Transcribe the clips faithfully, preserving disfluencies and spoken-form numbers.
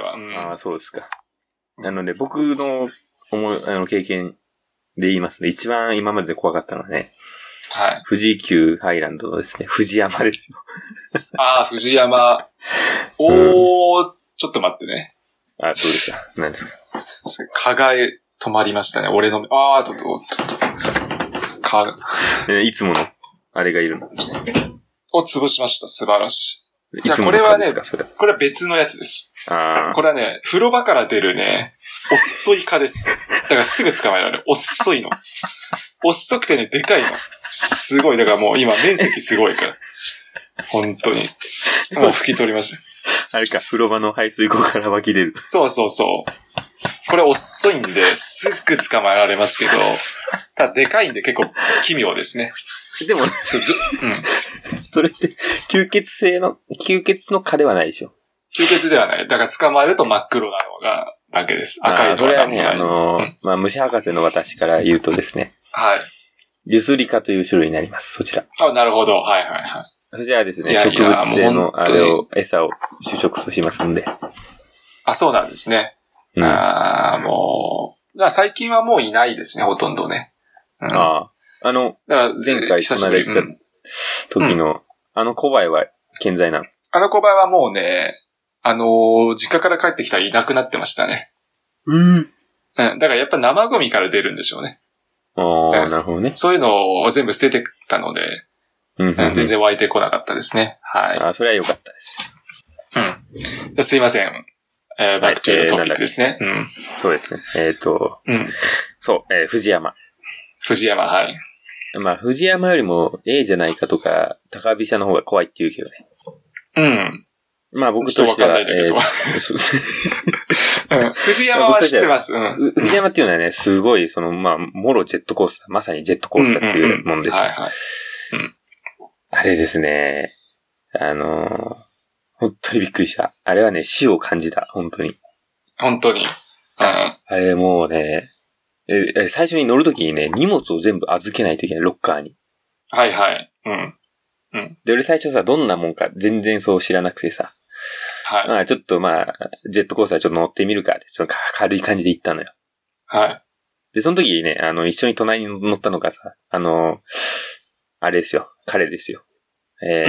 は。うん、 ああ、そうですか。なので、僕の思い、あの、経験で言いますね。一番今までで怖かったのはね、 はい。 富士急ハイランドのですね、富士山ですよ。 ああ、富士山。おー、うん、ちょっと待ってね。 あ、どうでした何ですか蚊が止まりましたね。俺の、ああ、ちょっと、ちょっと、蚊。 いつもの、あれがいるの。 を潰しました。素晴らしい。 いつもの蚊ですかそれ。 これは別のやつです。 あこれはね、風呂場から出るね、遅い蚊です。だからすぐ捕まえられる。遅いの。遅くてね、でかいの。すごい。だからもう今面積すごいから。本当に。もう拭き取りました。 あれか、風呂場の排水溝から湧き出る。 そうそうそう。これ遅いんで、すっぐ捕まえられますけど、ただでかいんで結構奇妙ですね。 でも、うん、それって、吸血性の、吸血の蚊ではないでしょ。 吸血ではない。だから捕まえると真っ黒なのが、だけです。赤いのは。 それはね、あのー、うん、まあ、虫博士の私から言うとですね。 はい。 リュスリカという種類になります、そちら。 あ、なるほど。はいはいはい。 そちらはですね、植物性のあれを、餌を主食としますんで。 あ、そうなんですね。うん、ああ、もう、最近はもういないですね、ほとんどね。 うん、ああ。あの、前回久しぶりに行った時の、うん、あの小バエは健在なの？ あの小バエはもうね、あのー、実家から帰ってきたらいなくなってましたね。 うん。うん。 だからやっぱ生ゴミから出るんでしょうね。 ああ、うん、なるほどね。 そういうのを全部捨ててたので、うんうんうん、全然湧いてこなかったですね。はい。 ああ、それは良かったです。 うん。すいません。えー、バックトゥーザトピックですね。 えー、うん。そうですね。えっ、ー、と、 うん。 そう、えー、富士山。 富士山、はい。 まあ、富士山よりも A じゃないかとか、高飛車の方が怖いって言うけどね。 うん。 まあ僕としては、えー、うん、 富士山は知ってます。うん、 富士山っていうのはね、すごい、その、まあ、もろジェットコースター、まさにジェットコースターっていうもんですよ。はいはい。うん。あれですね、あのー、本当にびっくりした。あれはね、死を感じた、本当に。 本当に。うん。 あれもうね、え、最初に乗るときにね、荷物を全部預けないといけない、ロッカーに。 はいはい。うん。うん。 で、俺最初さ、どんなもんか全然そう知らなくてさ。 はい。 まあちょっとまあ、ジェットコースターちょっと乗ってみるかって、ちょっと軽い感じで行ったのよ。 はい。 で、その時にね、あの、一緒に隣に乗ったのがさ、あの、あれですよ、彼ですよ。えー、うん、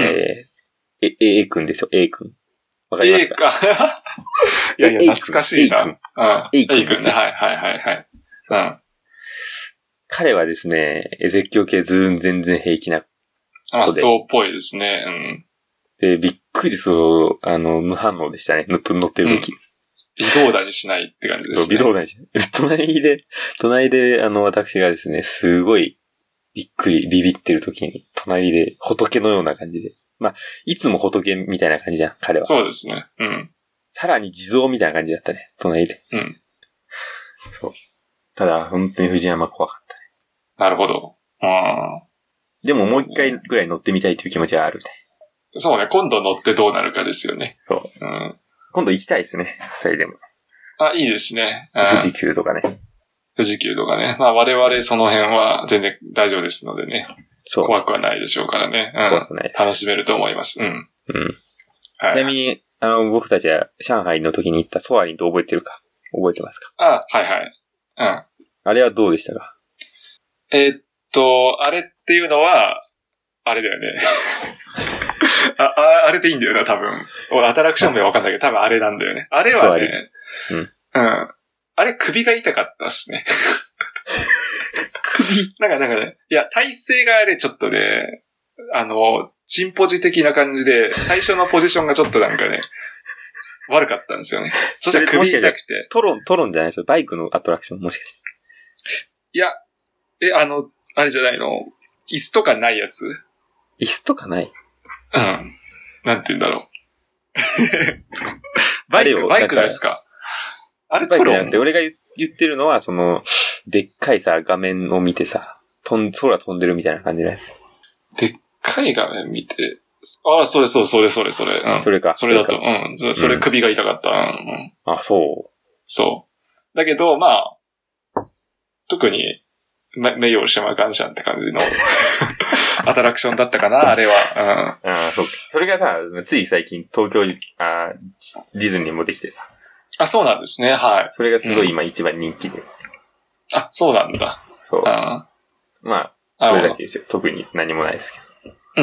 え、A 君ですよ、A 君。わかりますか？ A か。いやいや、懐かしいな。 A 君。A 君。A 君ね。はいはいはいはい。うん。 彼はですね、絶叫系ずん全然平気な子で。 あ、そうっぽいですね。うん。 で、びっくりそう、あの、無反応でしたね。乗ってる時、うん。 微動だにしないって感じですね。 微動だにしない。隣で、隣で、あの、私がですね、すごい、びっくり、ビビってる時に、隣で、仏のような感じで。まあ、いつも仏みたいな感じじゃん、彼は。 そうですね。うん。 さらに地蔵みたいな感じだったね、隣で。 うん。 そう。ただ、本当に藤山怖かったね。 なるほど。うん。 でももう一回くらい乗ってみたいという気持ちはあるね。 そうね、今度乗ってどうなるかですよね。 そう。うん。今度行きたいですね、それでも。 あ、いいですね。 富士急とかね。 富士急とかね。まあ我々その辺は全然大丈夫ですのでね。そう。怖くはないでしょうからね。うん、怖くないです。楽しめると思います。うん。うん。 はい、ちなみに、あの、僕たちは上海の時に行ったソアリンと覚えてるか覚えてますか？ あ、はいはい。うん。 あれはどうでしたか？ えー、っと、あれっていうのは、あれだよね。あ, あ、あれでいいんだよな、多分。俺、アトラクション名わかんないけど、多分あれなんだよね。あれはね、うん。うん。あれ、首が痛かったっすね。 首なんか、なんかね、いや、体勢があれ、ちょっとね、あの、チンポジ的な感じで、最初のポジションがちょっとなんかね、悪かったんですよね。そしたら首痛くて。 トロン、トロンじゃないですよ。バイクのアトラクション、もしかして。 いや、え、あの、あれじゃないの、椅子とかないやつ？ 椅子とかない？ うん。なんて言うんだろう。バイク、バイクですか？あれトロン？バイクじゃなくて、 俺が言ってるのは、その、でっかいさ、画面を見てさ、飛ん、空飛んでるみたいな感じのやつ。 でっかい画面見て、ああ、それそう、それそれそれ。うん。 それか。 それだと、うん。それ首が痛かった。うん。うん、 あ、そう。 そう。だけど、まあ、特に、名誉シャマガンシャンって感じのアトラクションだったかな、あれは。うん。 ああ、そうか。それがさ、つい最近東京に、あディズニーもできてさ。 あ、そうなんですね。はい。 それがすごい今一番人気で。うん、 あ、そうなんだ。 そう。あまあ、それだけですよ。特に何もないですけど。 うん。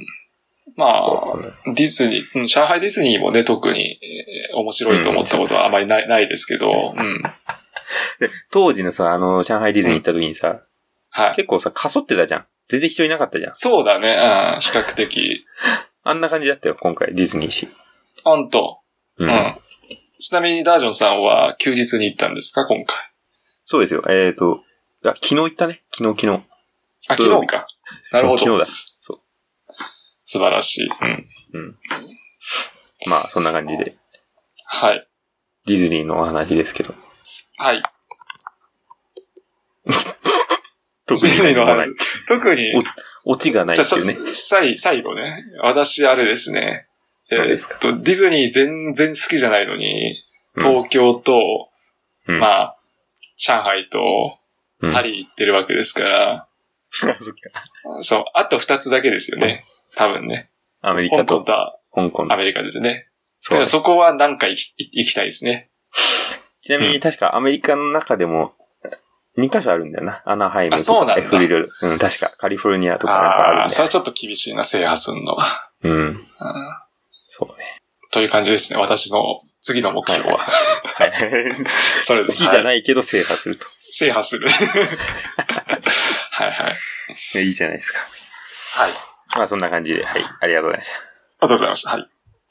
まあ、ディズニー、うん、上海ディズニーもね、特に、えー、面白いと思ったことはあまりない、うん、ないですけど、うん。 で、当時のさ、あの、上海ディズニー行った時にさ、うん、はい。結構さ、かそってたじゃん。全然人いなかったじゃん。 そうだね、うん、比較的。 あんな感じだったよ、今回、ディズニーシー。 ほんと。うん。うん、ちなみにダージョンさんは休日に行ったんですか、今回。 そうですよ。えっと、あ、昨日行ったね。昨日、昨日。 あ、昨日か。なるほど。 昨日だ。そう。 素晴らしい。うん。 うん。まあ、そんな感じで。 はい。 ディズニーのお話ですけど。 はい。 特に何もない。 特に。 オチがないっていうね。 最、最後ね。私、あれですね。えー、っと、ディズニー全然好きじゃないのに、東京と、うん、まあ、上海と、パリ行ってるわけですから。 そっか。 そう、あと二つだけですよね。多分ね。 アメリカと香港。アメリカですね。 そう、ね。 そこは何回行きたいですね。 ちなみに確かアメリカの中でもにカ所あるんだよな。アナハイムとかエフリル。うん、確かカリフォルニアとかなんかあるんだよ。ああ、 それはちょっと厳しいな、制覇すんのは。 うん。うん、そうね。 という感じですね、私の次の目標は。はい。それです。 好きじゃないけど制覇すると。 制覇する。はいはい。 いいじゃないですか。 はい。 まあそんな感じで、はい。ありがとうございました。ありがとうございました。はい。